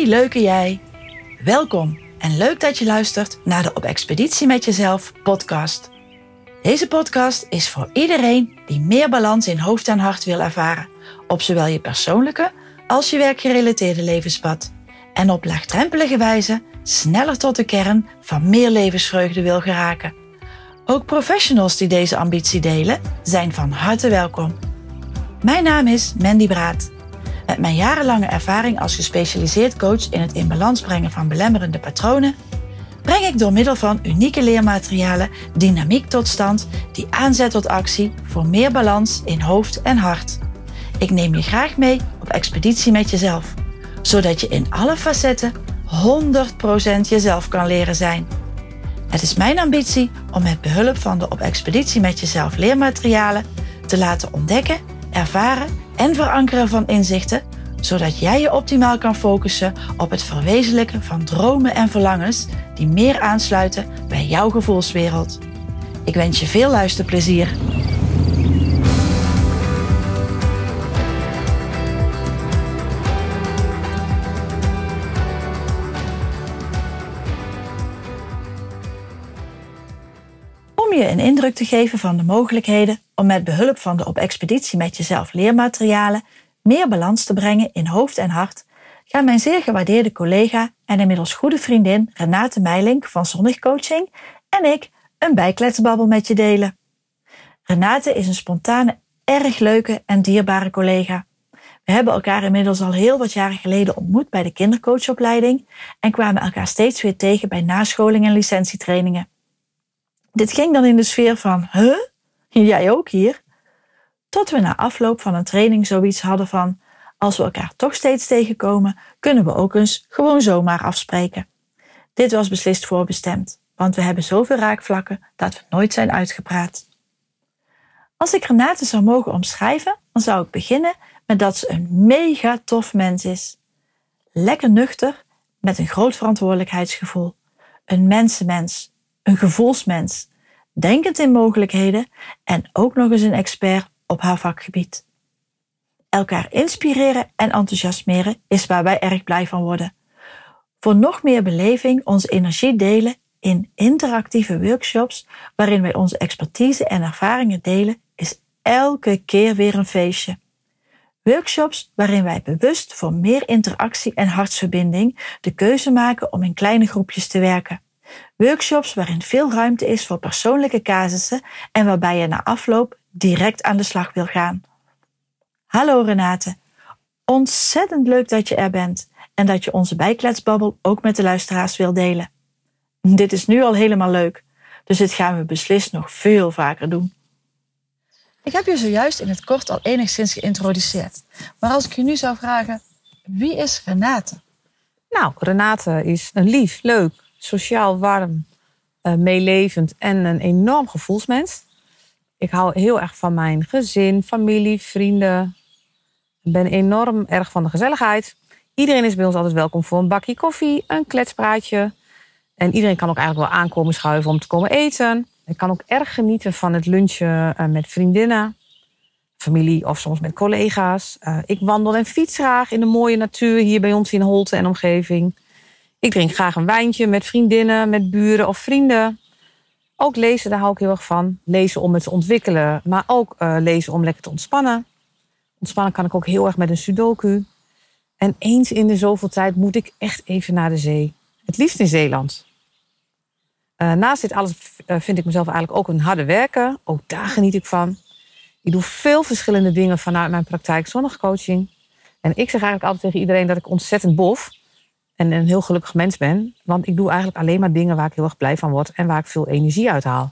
Hey leuke jij. Welkom en leuk dat je luistert naar de Op Expeditie met Jezelf podcast. Deze podcast is voor iedereen die meer balans in hoofd en hart wil ervaren. Op zowel je persoonlijke als je werkgerelateerde levenspad. En op laagdrempelige wijze sneller tot de kern van meer levensvreugde wil geraken. Ook professionals die deze ambitie delen zijn van harte welkom. Mijn naam is Mandy Braat. Met mijn jarenlange ervaring als gespecialiseerd coach in het in balans brengen van belemmerende patronen, breng ik door middel van unieke leermaterialen dynamiek tot stand die aanzet tot actie voor meer balans in hoofd en hart. Ik neem je graag mee op expeditie met jezelf, zodat je in alle facetten 100% jezelf kan leren zijn. Het is mijn ambitie om met behulp van de Op Expeditie met Jezelf leermaterialen te laten ontdekken, ervaren en verankeren van inzichten, zodat jij je optimaal kan focussen op het verwezenlijken van dromen en verlangens die meer aansluiten bij jouw gevoelswereld. Ik wens je veel luisterplezier. Om je een indruk te geven van de mogelijkheden om met behulp van de Op Expeditie met Jezelf leermaterialen meer balans te brengen in hoofd en hart, gaan mijn zeer gewaardeerde collega en inmiddels goede vriendin Renate Meijlink van Zonnig Coaching en ik een bijkletsbabbel met je delen. Renate is een spontane, erg leuke en dierbare collega. We hebben elkaar inmiddels al heel wat jaren geleden ontmoet bij de kindercoachopleiding en kwamen elkaar steeds weer tegen bij nascholing en licentietrainingen. Dit ging dan in de sfeer van, jij ook hier? Tot we na afloop van een training zoiets hadden van, als we elkaar toch steeds tegenkomen, kunnen we ook eens gewoon zomaar afspreken. Dit was beslist voorbestemd, want we hebben zoveel raakvlakken dat we nooit zijn uitgepraat. Als ik Renate zou mogen omschrijven, dan zou ik beginnen met dat ze een mega tof mens is. Lekker nuchter, met een groot verantwoordelijkheidsgevoel. Een mensenmens, een gevoelsmens, denkend in mogelijkheden en ook nog eens een expert op haar vakgebied. Elkaar inspireren en enthousiasmeren is waar wij erg blij van worden. Voor nog meer beleving onze energie delen in interactieve workshops waarin wij onze expertise en ervaringen delen, is elke keer weer een feestje. Workshops waarin wij bewust voor meer interactie en hartsverbinding de keuze maken om in kleine groepjes te werken. Workshops waarin veel ruimte is voor persoonlijke casussen en waarbij je na afloop direct aan de slag wil gaan. Hallo Renate, ontzettend leuk dat je er bent en dat je onze bijkletsbabbel ook met de luisteraars wil delen. Dit is nu al helemaal leuk, dus dit gaan we beslist nog veel vaker doen. Ik heb je zojuist in het kort al enigszins geïntroduceerd, maar als ik je nu zou vragen, wie is Renate? Nou, Renate is een lief, leuk, sociaal warm, meelevend en een enorm gevoelsmens. Ik hou heel erg van mijn gezin, familie, vrienden. Ik ben enorm erg van de gezelligheid. Iedereen is bij ons altijd welkom voor een bakje koffie, een kletspraatje. En iedereen kan ook eigenlijk wel aankomen schuiven om te komen eten. Ik kan ook erg genieten van het lunchen met vriendinnen, familie of soms met collega's. Ik wandel en fiets graag in de mooie natuur hier bij ons in Holte en omgeving. Ik drink graag een wijntje met vriendinnen, met buren of vrienden. Ook lezen, daar hou ik heel erg van. Lezen om het te ontwikkelen, maar ook lezen om lekker te ontspannen. Ontspannen kan ik ook heel erg met een sudoku. En eens in de zoveel tijd moet ik echt even naar de zee. Het liefst in Zeeland. Naast dit alles vind ik mezelf eigenlijk ook een harde werker. Ook daar geniet ik van. Ik doe veel verschillende dingen vanuit mijn praktijk Zonnig Coaching. En ik zeg eigenlijk altijd tegen iedereen dat ik ontzettend bof en een heel gelukkig mens ben. Want ik doe eigenlijk alleen maar dingen waar ik heel erg blij van word en waar ik veel energie uit haal.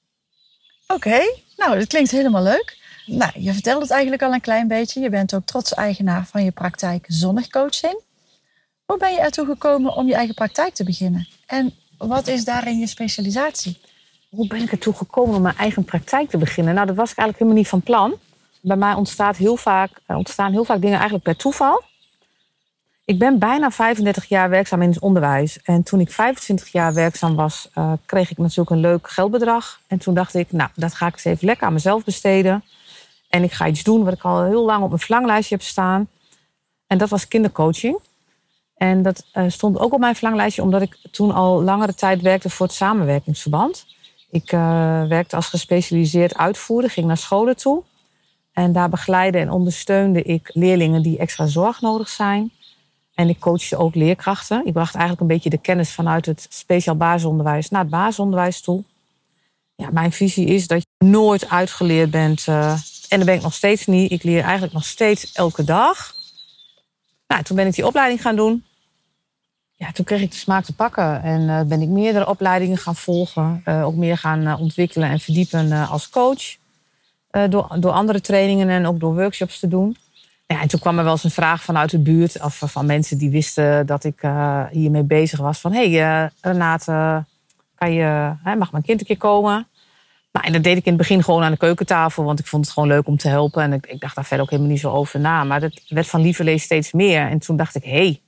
Oké, nou dat klinkt helemaal leuk. Nou, je vertelde het eigenlijk al een klein beetje. Je bent ook trots eigenaar van je praktijk Zonnig Coaching. Hoe ben je ertoe gekomen om je eigen praktijk te beginnen? En wat is daarin je specialisatie? Hoe ben ik ertoe gekomen om mijn eigen praktijk te beginnen? Nou, dat was ik eigenlijk helemaal niet van plan. Bij mij ontstaan heel vaak dingen eigenlijk per toeval. Ik ben bijna 35 jaar werkzaam in het onderwijs. En toen ik 25 jaar werkzaam was, kreeg ik natuurlijk een leuk geldbedrag. En toen dacht ik, nou, dat ga ik eens even lekker aan mezelf besteden. En ik ga iets doen wat ik al heel lang op mijn verlanglijstje heb staan. En dat was kindercoaching. En dat stond ook op mijn verlanglijstje, omdat ik toen al langere tijd werkte voor het samenwerkingsverband. Ik werkte als gespecialiseerd uitvoerder, ging naar scholen toe. En daar begeleide en ondersteunde ik leerlingen die extra zorg nodig zijn. En ik coachte ook leerkrachten. Ik bracht eigenlijk een beetje de kennis vanuit het speciaal basisonderwijs naar het basisonderwijs toe. Ja, mijn visie is dat je nooit uitgeleerd bent. En dat ben ik nog steeds niet. Ik leer eigenlijk nog steeds elke dag. Nou, toen ben ik die opleiding gaan doen. Ja, toen kreeg ik de smaak te pakken. En ben ik meerdere opleidingen gaan volgen. Ook meer gaan ontwikkelen en verdiepen als coach. Door andere trainingen en ook door workshops te doen. Ja, en toen kwam er wel eens een vraag vanuit de buurt. Of van mensen die wisten dat ik hiermee bezig was. Van, Renate, mag mijn kind een keer komen? Nou, en dat deed ik in het begin gewoon aan de keukentafel. Want ik vond het gewoon leuk om te helpen. En ik dacht daar verder ook helemaal niet zo over na. Maar dat werd van lieverlee steeds meer. En toen dacht ik,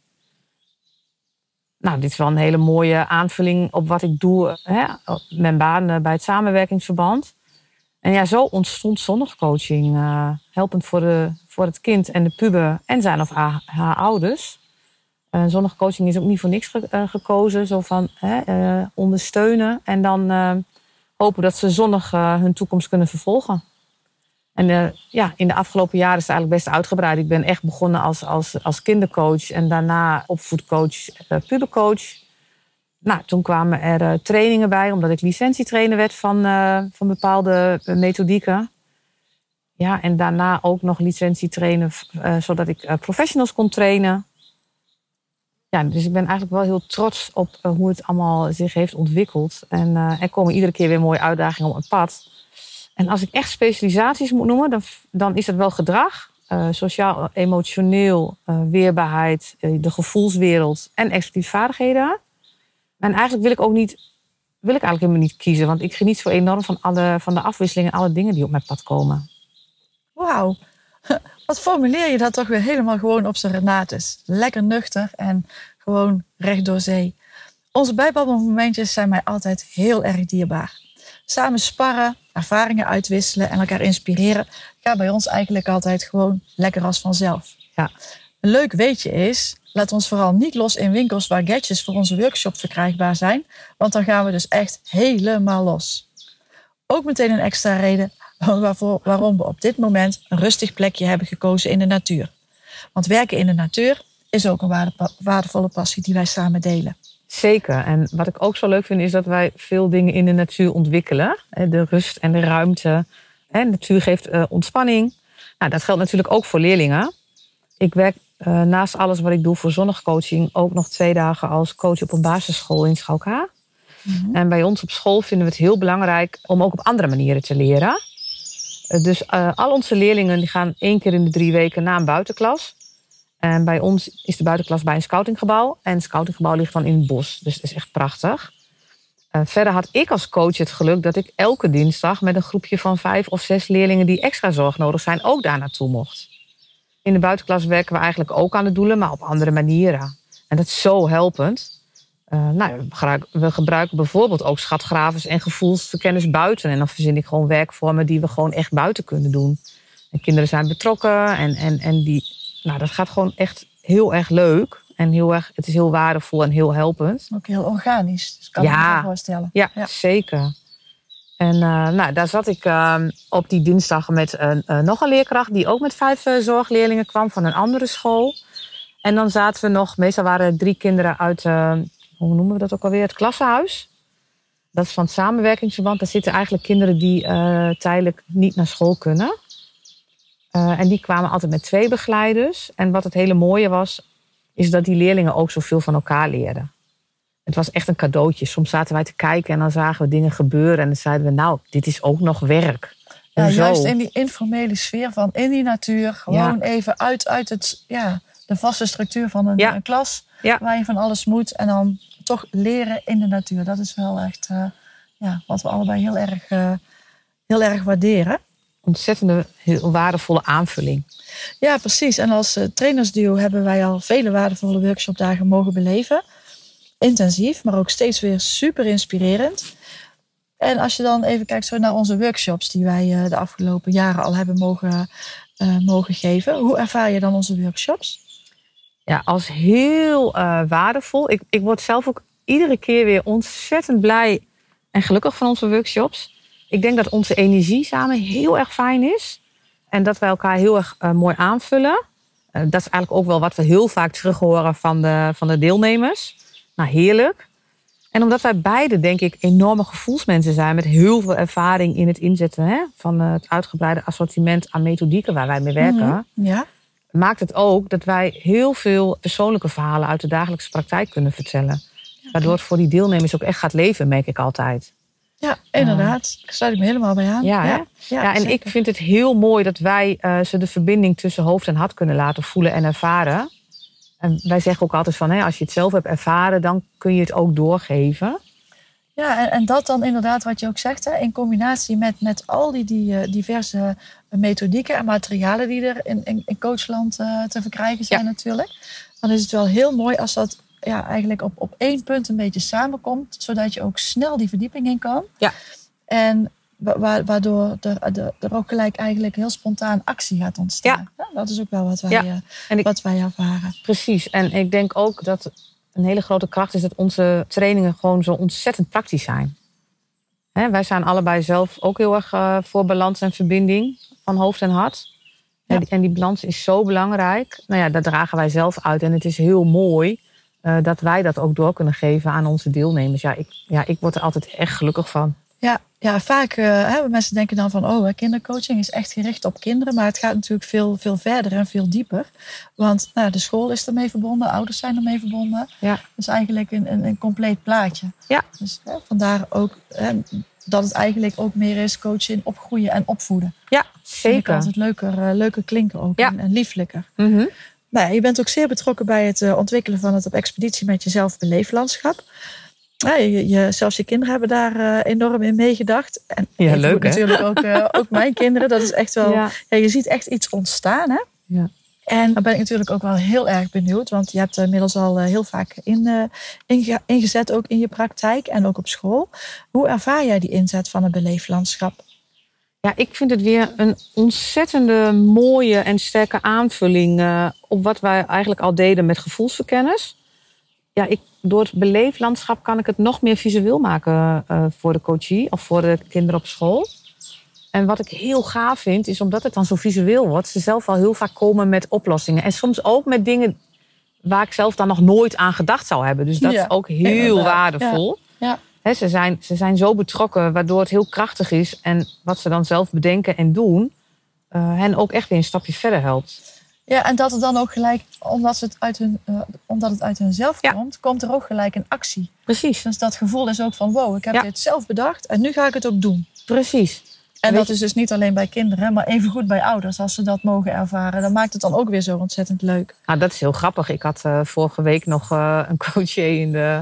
dit is wel een hele mooie aanvulling op wat ik doe. Mijn baan bij het samenwerkingsverband. En ja, zo ontstond zondagcoaching. Helpend voor het kind en de puber en zijn of haar ouders. Zondagcoaching is ook niet voor niks gekozen. Zo van ondersteunen en dan hopen dat ze zondag hun toekomst kunnen vervolgen. En in de afgelopen jaren is het eigenlijk best uitgebreid. Ik ben echt begonnen als kindercoach en daarna opvoedcoach, pubercoach. Nou, toen kwamen er trainingen bij, omdat ik licentietrainer werd van bepaalde methodieken. Ja, en daarna ook nog licentietrainen, zodat ik professionals kon trainen. Ja, dus ik ben eigenlijk wel heel trots op hoe het allemaal zich heeft ontwikkeld. En er komen iedere keer weer mooie uitdagingen op mijn pad. En als ik echt specialisaties moet noemen, dan is het wel gedrag. Sociaal, emotioneel, weerbaarheid, de gevoelswereld en executieve vaardigheden. En eigenlijk wil ik eigenlijk helemaal niet kiezen. Want ik geniet zo enorm van de afwisselingen en alle dingen die op mijn pad komen. Wauw. Wat formuleer je dat toch weer helemaal gewoon op zijn Renates. Lekker nuchter en gewoon recht door zee. Onze bijbabbelmomentjes zijn mij altijd heel erg dierbaar. Samen sparren, ervaringen uitwisselen en elkaar inspireren gaat bij ons eigenlijk altijd gewoon lekker als vanzelf. Ja. Een leuk weetje is, laat ons vooral niet los in winkels waar gadgets voor onze workshop verkrijgbaar zijn, want dan gaan we dus echt helemaal los. Ook meteen een extra reden waarom we op dit moment een rustig plekje hebben gekozen in de natuur. Want werken in de natuur is ook een waardevolle passie die wij samen delen. Zeker. En wat ik ook zo leuk vind is dat wij veel dingen in de natuur ontwikkelen. De rust en de ruimte. De natuur geeft ontspanning. Nou, dat geldt natuurlijk ook voor leerlingen. Ik werk naast alles wat ik doe voor zondagcoaching ook nog 2 dagen als coach op een basisschool in Schalkhaar. Mm-hmm. En bij ons op school vinden we het heel belangrijk om ook op andere manieren te leren. Dus al onze leerlingen die gaan 1 keer in de 3 weken naar een buitenklas. En bij ons is de buitenklas bij een scoutinggebouw. En het scoutinggebouw ligt dan in het bos. Dus het is echt prachtig. Verder had ik als coach het geluk dat ik elke dinsdag met een groepje van 5 of 6 leerlingen die extra zorg nodig zijn ook daar naartoe mocht. In de buitenklas werken we eigenlijk ook aan de doelen, maar op andere manieren. En dat is zo helpend. We gebruiken bijvoorbeeld ook schatgravers en gevoelskennis buiten. En dan verzin ik gewoon werkvormen die we gewoon echt buiten kunnen doen. En kinderen zijn betrokken en dat gaat gewoon echt heel erg leuk. En het is heel waardevol en heel helpend. Ook heel organisch, dus kan ik me zo voorstellen. Ja, zeker. En daar zat ik op die dinsdag met nog een leerkracht die ook met 5 zorgleerlingen kwam van een andere school. En dan zaten we nog, meestal waren er 3 kinderen uit, hoe noemen we dat ook alweer, het klassenhuis. Dat is van het samenwerkingsverband. Daar zitten eigenlijk kinderen die tijdelijk niet naar school kunnen. En die kwamen altijd met 2 begeleiders. En wat het hele mooie was, is dat die leerlingen ook zoveel van elkaar leerden. Het was echt een cadeautje. Soms zaten wij te kijken en dan zagen we dingen gebeuren. En dan zeiden we, dit is ook nog werk. Ja, juist in die informele sfeer van in die natuur. Gewoon even uit de vaste structuur van een klas. Ja. Waar je van alles moet. En dan toch leren in de natuur. Dat is wel echt wat we allebei heel erg waarderen. Ontzettende, heel waardevolle aanvulling. Ja, precies. En als trainersduo hebben wij al vele waardevolle workshopdagen mogen beleven. Intensief, maar ook steeds weer super inspirerend. En als je dan even kijkt naar onze workshops die wij de afgelopen jaren al hebben mogen geven. Hoe ervaar je dan onze workshops? als heel waardevol. Ik word zelf ook iedere keer weer ontzettend blij en gelukkig van onze workshops. Ik denk dat onze energie samen heel erg fijn is. En dat wij elkaar heel erg mooi aanvullen. Dat is eigenlijk ook wel wat we heel vaak terug horen van de deelnemers. Nou, heerlijk. En omdat wij beide, denk ik, enorme gevoelsmensen zijn met heel veel ervaring in het inzetten van het uitgebreide assortiment aan methodieken waar wij mee werken, maakt het ook dat wij heel veel persoonlijke verhalen uit de dagelijkse praktijk kunnen vertellen. Waardoor het voor die deelnemers ook echt gaat leven, merk ik altijd. Ja, inderdaad. Daar sluit ik me helemaal bij aan. Ja, en ik vind het heel mooi dat wij ze de verbinding tussen hoofd en hart kunnen laten voelen en ervaren. En wij zeggen ook altijd van, als je het zelf hebt ervaren, dan kun je het ook doorgeven. Ja, en dat dan inderdaad wat je ook zegt, in combinatie met al die diverse methodieken en materialen die er in coachland te verkrijgen zijn natuurlijk. Dan is het wel heel mooi als dat eigenlijk op één punt een beetje samenkomt, zodat je ook snel die verdieping in kan. Ja. En waardoor er ook gelijk eigenlijk heel spontaan actie gaat ontstaan. Ja, dat is ook wel wat wij ervaren. Precies. En ik denk ook dat een hele grote kracht is dat onze trainingen gewoon zo ontzettend praktisch zijn. Wij zijn allebei zelf ook heel erg voor balans en verbinding van hoofd en hart. Ja. En die balans is zo belangrijk. Nou ja, dat dragen wij zelf uit. En het is heel mooi dat wij dat ook door kunnen geven aan onze deelnemers. Ik word er altijd echt gelukkig van. Ja, vaak mensen denken dan van kindercoaching is echt gericht op kinderen. Maar het gaat natuurlijk veel verder en veel dieper. Want de school is ermee verbonden, ouders zijn ermee verbonden. Ja. Dus eigenlijk een compleet plaatje. Ja. Dus vandaar ook dat het eigenlijk ook meer is coachen in opgroeien en opvoeden. Ja, zeker. Vind ik altijd leuker klinken ook en lieflijker. Mm-hmm. Nou, je bent ook zeer betrokken bij het ontwikkelen van het op expeditie met jezelf beleeflandschap. Zelfs je kinderen hebben daar enorm in meegedacht. En leuk, natuurlijk ook mijn kinderen. Dat is echt wel... Ja, je ziet echt iets ontstaan, hè? Ja. En daar ben ik natuurlijk ook wel heel erg benieuwd. Want je hebt inmiddels al heel vaak ingezet, ook in je praktijk en ook op school. Hoe ervaar jij die inzet van het beleeflandschap? Ja, ik vind het weer een ontzettende mooie en sterke aanvulling op wat wij eigenlijk al deden met gevoelsverkennis. Ja, door het beleeflandschap kan ik het nog meer visueel maken voor de coachie of voor de kinderen op school. En wat ik heel gaaf vind, is omdat het dan zo visueel wordt, ze zelf al heel vaak komen met oplossingen. En soms ook met dingen waar ik zelf dan nog nooit aan gedacht zou hebben. Dus dat is ook heel waardevol. Ja. Ja. Ze zijn zo betrokken, waardoor het heel krachtig is. En wat ze dan zelf bedenken en doen, hen ook echt weer een stapje verder helpt. Ja, en dat het dan ook gelijk, omdat het uit hunzelf komt, komt er ook gelijk een actie. Precies. Dus dat gevoel is ook van, wow, ik heb dit zelf bedacht en nu ga ik het ook doen. Precies. En dat is dus niet alleen bij kinderen, maar evengoed bij ouders, als ze dat mogen ervaren. Dan maakt het dan ook weer zo ontzettend leuk. Nou, dat is heel grappig. Ik had vorige week nog een coachie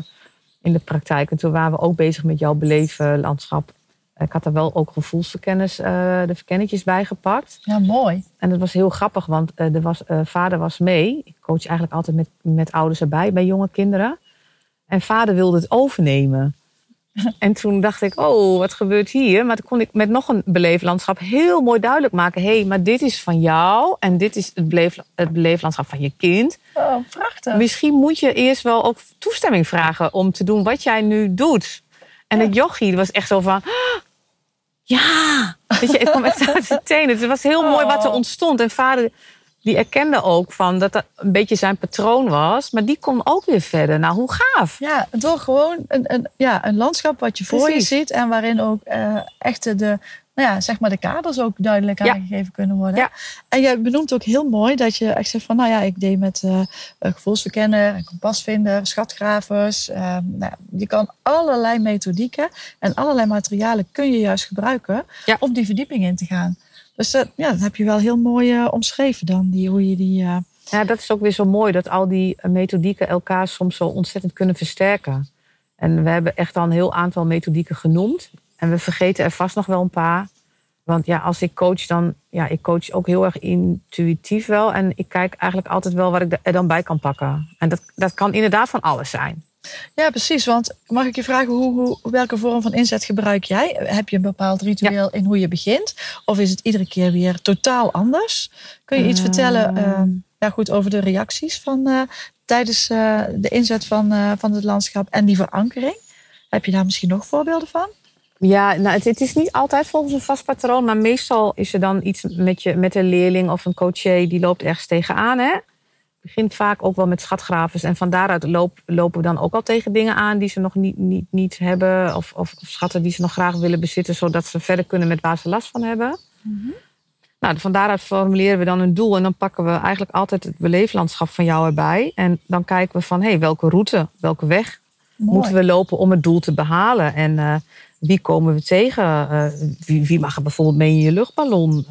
in de praktijk. En toen waren we ook bezig met jouw beleeflandschap. Ik had er wel ook gevoelsverkennis, de verkennetjes bij gepakt. Ja, mooi. En dat was heel grappig, want vader was mee. Ik coach eigenlijk altijd met ouders erbij, bij jonge kinderen. En vader wilde het overnemen. En toen dacht ik, wat gebeurt hier? Maar toen kon ik met nog een beleeflandschap heel mooi duidelijk maken. Maar dit is van jou en dit is het beleeflandschap van je kind. Oh, prachtig. Misschien moet je eerst wel ook toestemming vragen om te doen wat jij nu doet. En het jochie was echt zo van... Ja, weet je, het kwam echt uit zijn tenen. Het was heel mooi wat er ontstond. En vader die erkende ook van dat een beetje zijn patroon was. Maar die kon ook weer verder. Nou, hoe gaaf. Ja, door gewoon een landschap wat je voor je ziet. En waarin ook echt de kaders ook duidelijk aangegeven kunnen worden. Ja. En jij benoemt ook heel mooi dat je echt zegt van... ik deed met gevoelsverkenner, een kompasvinder, schatgravers. Je kan allerlei methodieken en allerlei materialen kun je juist gebruiken... om die verdieping in te gaan. Dus dat heb je wel heel mooi omschreven dan, hoe je die... Ja, dat is ook weer zo mooi, dat al die methodieken elkaar soms zo ontzettend kunnen versterken. En we hebben echt al een heel aantal methodieken genoemd. En we vergeten er vast nog wel een paar. Want als ik coach, dan... ik coach ook heel erg intuïtief wel. En ik kijk eigenlijk altijd wel wat ik er dan bij kan pakken. En dat kan inderdaad van alles zijn. Ja, precies. Want mag ik je vragen, welke vorm van inzet gebruik jij? Heb je een bepaald ritueel in hoe je begint? Of is het iedere keer weer totaal anders? Kun je iets vertellen goed, over de reacties tijdens de inzet van het landschap en die verankering. Heb je daar misschien nog voorbeelden van? Ja, nou, het is niet altijd volgens een vast patroon, maar meestal is er dan iets met een leerling of een coaché die loopt ergens tegenaan. Hè? Het begint vaak ook wel met schatgravers en van daaruit lopen we dan ook al tegen dingen aan die ze nog niet hebben of schatten die ze nog graag willen bezitten, zodat ze verder kunnen met waar ze last van hebben. Mm-hmm. Nou, van daaruit formuleren we dan een doel en dan pakken we eigenlijk altijd het beleeflandschap van jou erbij. En dan kijken we van, welke route, welke weg moeten we lopen om het doel te behalen. En wie komen we tegen? Wie mag er bijvoorbeeld mee in je luchtballon?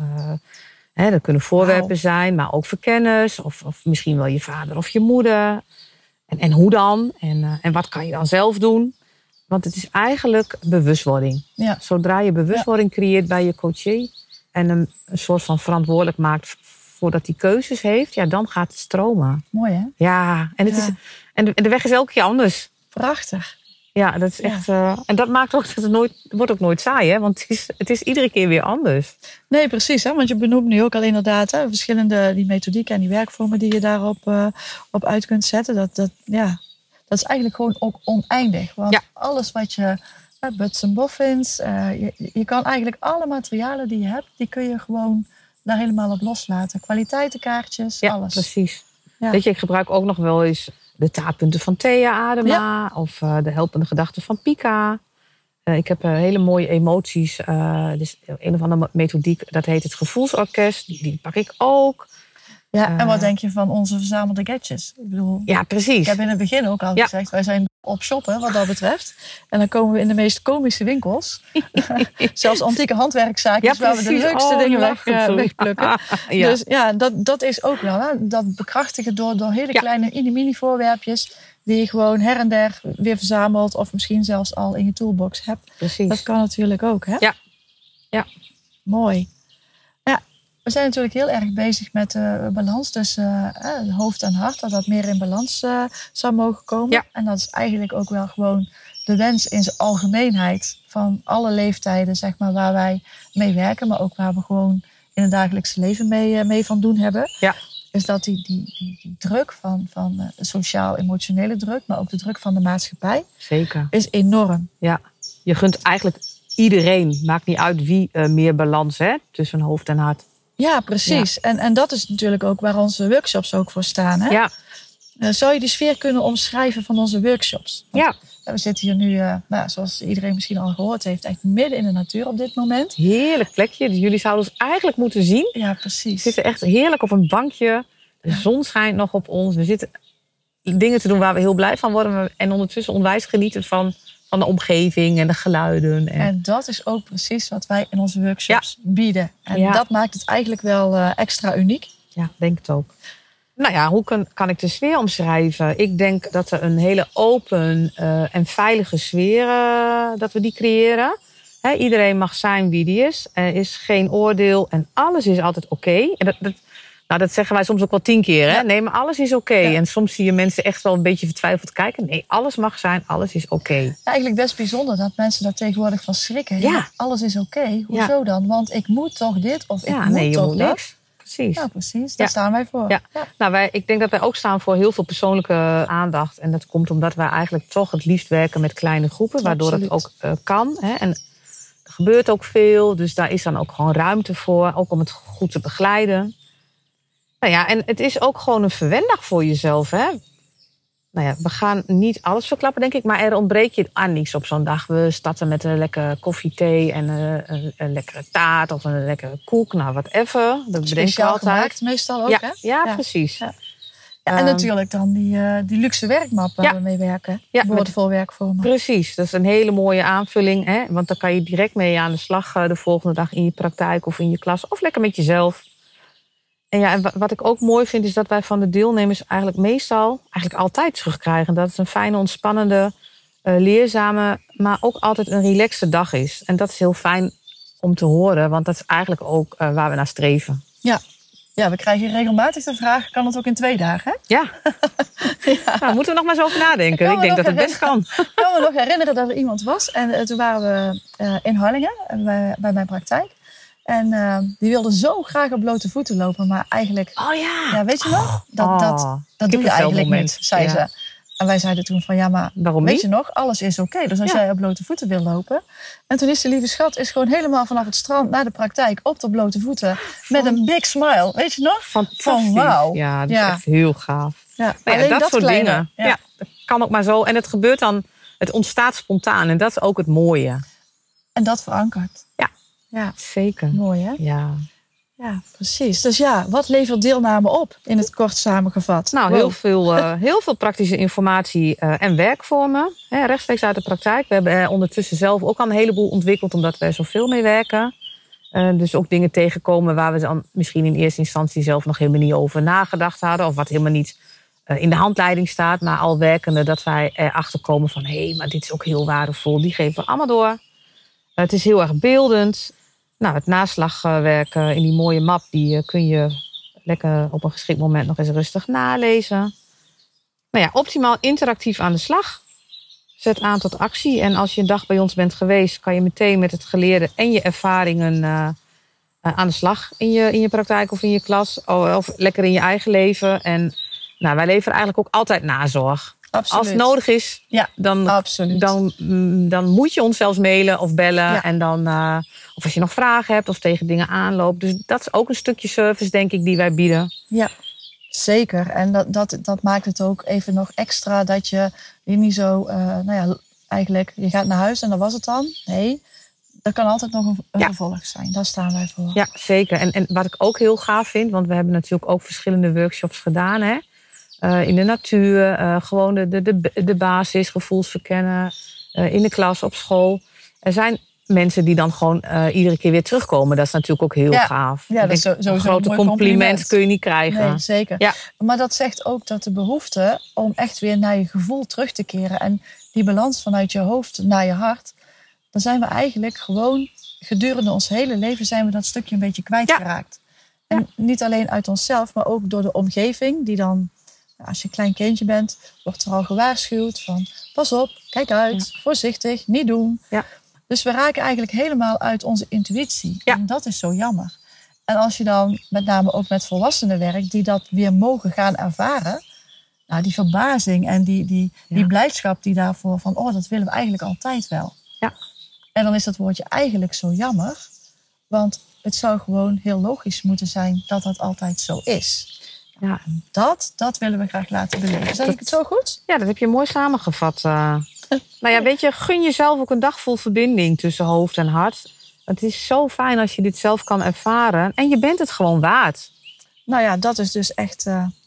Dat kunnen voorwerpen zijn, maar ook verkenners. Of misschien wel je vader of je moeder. En hoe dan? En wat kan je dan zelf doen? Want het is eigenlijk bewustwording. Ja. Zodra je bewustwording creëert bij je coachee en een soort van verantwoordelijk maakt voordat hij keuzes heeft, ja, dan gaat het stromen. Mooi, hè? Ja, en de weg is elke keer anders. Prachtig. Ja, dat is echt. En dat maakt ook dat het wordt ook nooit saai, hè? Want het is iedere keer weer anders. Nee, precies. Hè? Want je benoemt nu ook al inderdaad verschillende die methodieken en die werkvormen die je daarop op uit kunt zetten. Dat is eigenlijk gewoon ook oneindig. Want alles wat je buts en boffins, je kan eigenlijk alle materialen die je hebt, die kun je gewoon daar helemaal op loslaten. Kwaliteitenkaartjes, alles. Precies. Ja. Weet je, ik gebruik ook nog wel eens de taartpunten van Thea Adema of de helpende gedachten van Pika. Ik heb hele mooie emoties. Dus een of andere methodiek, dat heet het gevoelsorkest. Die pak ik ook. Ja, en wat denk je van onze verzamelde gadgets? Ik bedoel, ja, precies. Ik heb in het begin ook al gezegd, wij zijn op shoppen wat dat betreft. En dan komen we in de meest komische winkels. Zelfs antieke handwerkzaakjes waar we de leukste dingen wegplukken. Ja. Dus ja, dat is ook wel. Hè? Dat bekrachtigen door hele kleine mini voorwerpjes die je gewoon her en der weer verzamelt of misschien zelfs al in je toolbox hebt. Precies. Dat kan natuurlijk ook, hè? Ja. Mooi. We zijn natuurlijk heel erg bezig met de balans tussen hoofd en hart. Dat meer in balans zou mogen komen. Ja. En dat is eigenlijk ook wel gewoon de wens in zijn algemeenheid van alle leeftijden, zeg maar, waar wij mee werken. Maar ook waar we gewoon in het dagelijkse leven mee van doen hebben. Ja. Is dat die druk van sociaal-emotionele druk, maar ook de druk van de maatschappij. Zeker. Is enorm. Ja, je gunt eigenlijk iedereen, maakt niet uit wie, meer balans tussen hoofd en hart. Ja, precies. Ja. En dat is natuurlijk ook waar onze workshops ook voor staan. Hè? Ja. Zou je die sfeer kunnen omschrijven van onze workshops? Want we zitten hier nu, zoals iedereen misschien al gehoord heeft, echt midden in de natuur op dit moment. Heerlijk plekje. Dus jullie zouden ons eigenlijk moeten zien. Ja, precies. We zitten echt heerlijk op een bankje. De zon schijnt nog op ons. We zitten dingen te doen waar we heel blij van worden. En ondertussen onwijs genieten van de omgeving en de geluiden. En dat is ook precies wat wij in onze workshops bieden. En dat maakt het eigenlijk wel extra uniek. Ja, denk het ook. Nou ja, hoe kan ik de sfeer omschrijven? Ik denk dat er een hele open en veilige sfeer, dat we die creëren. Iedereen mag zijn wie die is. Er is geen oordeel en alles is altijd oké. En dat zeggen wij soms ook wel 10 keer. Hè? Ja. Nee, maar alles is oké. Ja. En soms zie je mensen echt wel een beetje vertwijfeld kijken. Nee, alles mag zijn, alles is oké. Ja, eigenlijk best bijzonder dat mensen daar tegenwoordig van schrikken. Ja. Alles is oké. Hoezo dan? Want ik moet toch dit of ik moet toch dat? Niks. Precies. Ja, precies. Daar staan wij voor. Ja. Ja. Nou, ik denk dat wij ook staan voor heel veel persoonlijke aandacht. En dat komt omdat wij eigenlijk toch het liefst werken met kleine groepen. Waardoor het ook kan. Hè? En er gebeurt ook veel. Dus daar is dan ook gewoon ruimte voor. Ook om het goed te begeleiden. Nou ja, en het is ook gewoon een verwendag voor jezelf, hè. Nou ja, we gaan niet alles verklappen, denk ik. Maar er ontbreekt je aan niets op zo'n dag. We starten met een lekkere koffie, thee en een lekkere taart of een lekkere koek. Nou, whatever. Dat bedenk ik altijd. Gemaakt, meestal ook, hè? Ja, precies. Ja. En natuurlijk dan die luxe werkmap waar we mee werken. Ja, boordevol werkvormen. Precies, dat is een hele mooie aanvulling. Hè? Want dan kan je direct mee aan de slag de volgende dag in je praktijk of in je klas. Of lekker met jezelf. En wat ik ook mooi vind is dat wij van de deelnemers eigenlijk altijd terugkrijgen. Dat het een fijne, ontspannende, leerzame, maar ook altijd een relaxte dag is. En dat is heel fijn om te horen, want dat is eigenlijk ook waar we naar streven. Ja, we krijgen regelmatig de vraag, kan het ook in 2 dagen? Hè? Ja. Nou, moeten we nog maar eens over nadenken. Ik denk dat het best kan. Ik kan me nog herinneren dat er iemand was. En toen waren we in Harlingen, bij mijn praktijk. En die wilde zo graag op blote voeten lopen. Maar eigenlijk, weet je nog? Dat doe je eigenlijk niet, zei ze. En wij zeiden toen van, maar waarom weet niet? je nog, alles is oké. Dus als jij op blote voeten wil lopen. En toen is de lieve schat gewoon helemaal vanaf het strand naar de praktijk op de blote voeten. Met een big smile, weet je nog? Fantastisch. Van wauw. Ja, dat is echt heel gaaf. Ja, Maar dat soort kleine, dingen. Ja, dat kan ook maar zo. En het gebeurt dan, het ontstaat spontaan. En dat is ook het mooie. En dat verankert. Ja, zeker. Mooi, hè? Ja, precies. Dus wat levert deelname op, in het kort samengevat? Nou, heel veel praktische informatie en werkvormen. Rechtstreeks uit de praktijk. We hebben ondertussen zelf ook al een heleboel ontwikkeld, omdat we er zoveel mee werken. Dus ook dingen tegenkomen waar we dan misschien in eerste instantie zelf nog helemaal niet over nagedacht hadden. Of wat helemaal niet in de handleiding staat. Maar al werkende dat wij erachter komen van, maar dit is ook heel waardevol. Die geven we allemaal door. Het is heel erg beeldend. Nou, het naslagwerk in die mooie map, die kun je lekker op een geschikt moment nog eens rustig nalezen. Nou ja, optimaal interactief aan de slag. Zet aan tot actie. En als je een dag bij ons bent geweest, kan je meteen met het geleerde en je ervaringen aan de slag in je praktijk of in je klas. Of lekker in je eigen leven. En wij leveren eigenlijk ook altijd nazorg. Absoluut. Als het nodig is, dan moet je ons zelfs mailen of bellen. Ja. En dan, of als je nog vragen hebt of tegen dingen aanloopt. Dus dat is ook een stukje service, denk ik, die wij bieden. Ja, zeker. En dat maakt het ook even nog extra dat je niet zo... eigenlijk, je gaat naar huis en dat was het dan. Nee, er kan altijd nog een vervolg zijn. Daar staan wij voor. Ja, zeker. En wat ik ook heel gaaf vind, want we hebben natuurlijk ook verschillende workshops gedaan, hè. In de natuur, gewoon de basis, gevoelsverkennen, in de klas, op school. Er zijn mensen die dan gewoon iedere keer weer terugkomen. Dat is natuurlijk ook heel gaaf. Ja, dat is sowieso een grote compliment kun je niet krijgen. Nee, zeker. Ja. Maar dat zegt ook dat de behoefte om echt weer naar je gevoel terug te keren en die balans vanuit je hoofd naar je hart, dan zijn we eigenlijk gewoon gedurende ons hele leven zijn we dat stukje een beetje kwijtgeraakt. Ja. En niet alleen uit onszelf, maar ook door de omgeving die dan... Als je een klein kindje bent, wordt er al gewaarschuwd van... pas op, kijk uit, voorzichtig, niet doen. Ja. Dus we raken eigenlijk helemaal uit onze intuïtie. Ja. En dat is zo jammer. En als je dan met name ook met volwassenen werkt... die dat weer mogen gaan ervaren... Nou, die verbazing en die blijdschap die daarvoor van... dat willen we eigenlijk altijd wel. Ja. En dan is dat woordje eigenlijk zo jammer. Want het zou gewoon heel logisch moeten zijn dat dat altijd zo is... Ja, dat willen we graag laten beleven. Zeg ik het zo goed? Ja, dat heb je mooi samengevat. Weet je, gun jezelf ook een dag vol verbinding tussen hoofd en hart. Het is zo fijn als je dit zelf kan ervaren. En je bent het gewoon waard. Nou ja, dat is dus echt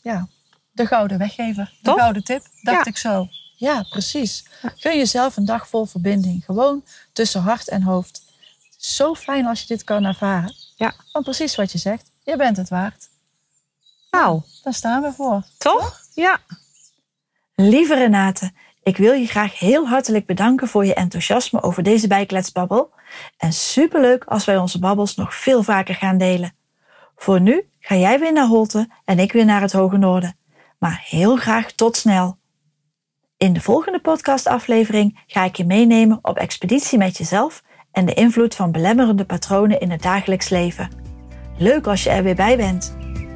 de gouden weggever. De gouden tip, dacht ik zo. Ja, precies. Gun jezelf een dag vol verbinding. Gewoon tussen hart en hoofd. Zo fijn als je dit kan ervaren. Ja. Want precies wat je zegt, je bent het waard. Nou, daar staan we voor. Toch? Ja. Lieve Renate, ik wil je graag heel hartelijk bedanken voor je enthousiasme over deze bijkletsbabbel. En superleuk als wij onze babbels nog veel vaker gaan delen. Voor nu ga jij weer naar Holte en ik weer naar het Hoge Noorden. Maar heel graag tot snel. In de volgende podcastaflevering ga ik je meenemen op expeditie met jezelf en de invloed van belemmerende patronen in het dagelijks leven. Leuk als je er weer bij bent.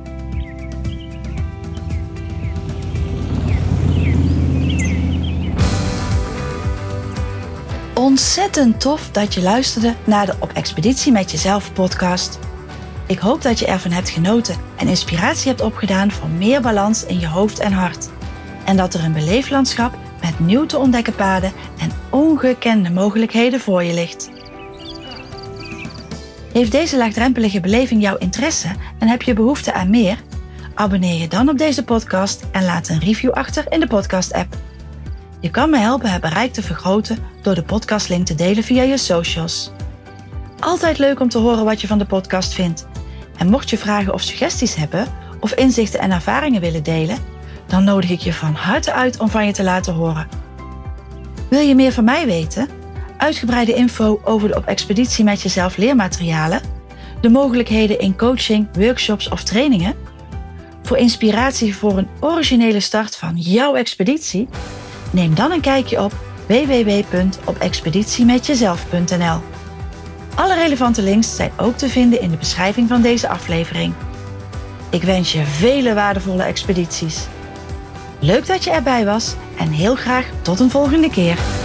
Ontzettend tof dat je luisterde naar de Op Expeditie met Jezelf podcast. Ik hoop dat je ervan hebt genoten en inspiratie hebt opgedaan voor meer balans in je hoofd en hart. En dat er een beleeflandschap met nieuw te ontdekken paden en ongekende mogelijkheden voor je ligt. Heeft deze laagdrempelige beleving jouw interesse en heb je behoefte aan meer? Abonneer je dan op deze podcast en laat een review achter in de podcast-app. Je kan me helpen het bereik te vergroten door de podcastlink te delen via je socials. Altijd leuk om te horen wat je van de podcast vindt. En mocht je vragen of suggesties hebben of inzichten en ervaringen willen delen, dan nodig ik je van harte uit om van je te laten horen. Wil je meer van mij weten? Uitgebreide info over de Op Expeditie met Jezelf leermaterialen, de mogelijkheden in coaching, workshops of trainingen? Voor inspiratie voor een originele start van jouw expeditie? Neem dan een kijkje op www.opexpeditiemetjezelf.nl. Alle relevante links zijn ook te vinden in de beschrijving van deze aflevering. Ik wens je vele waardevolle expedities. Leuk dat je erbij was en heel graag tot een volgende keer.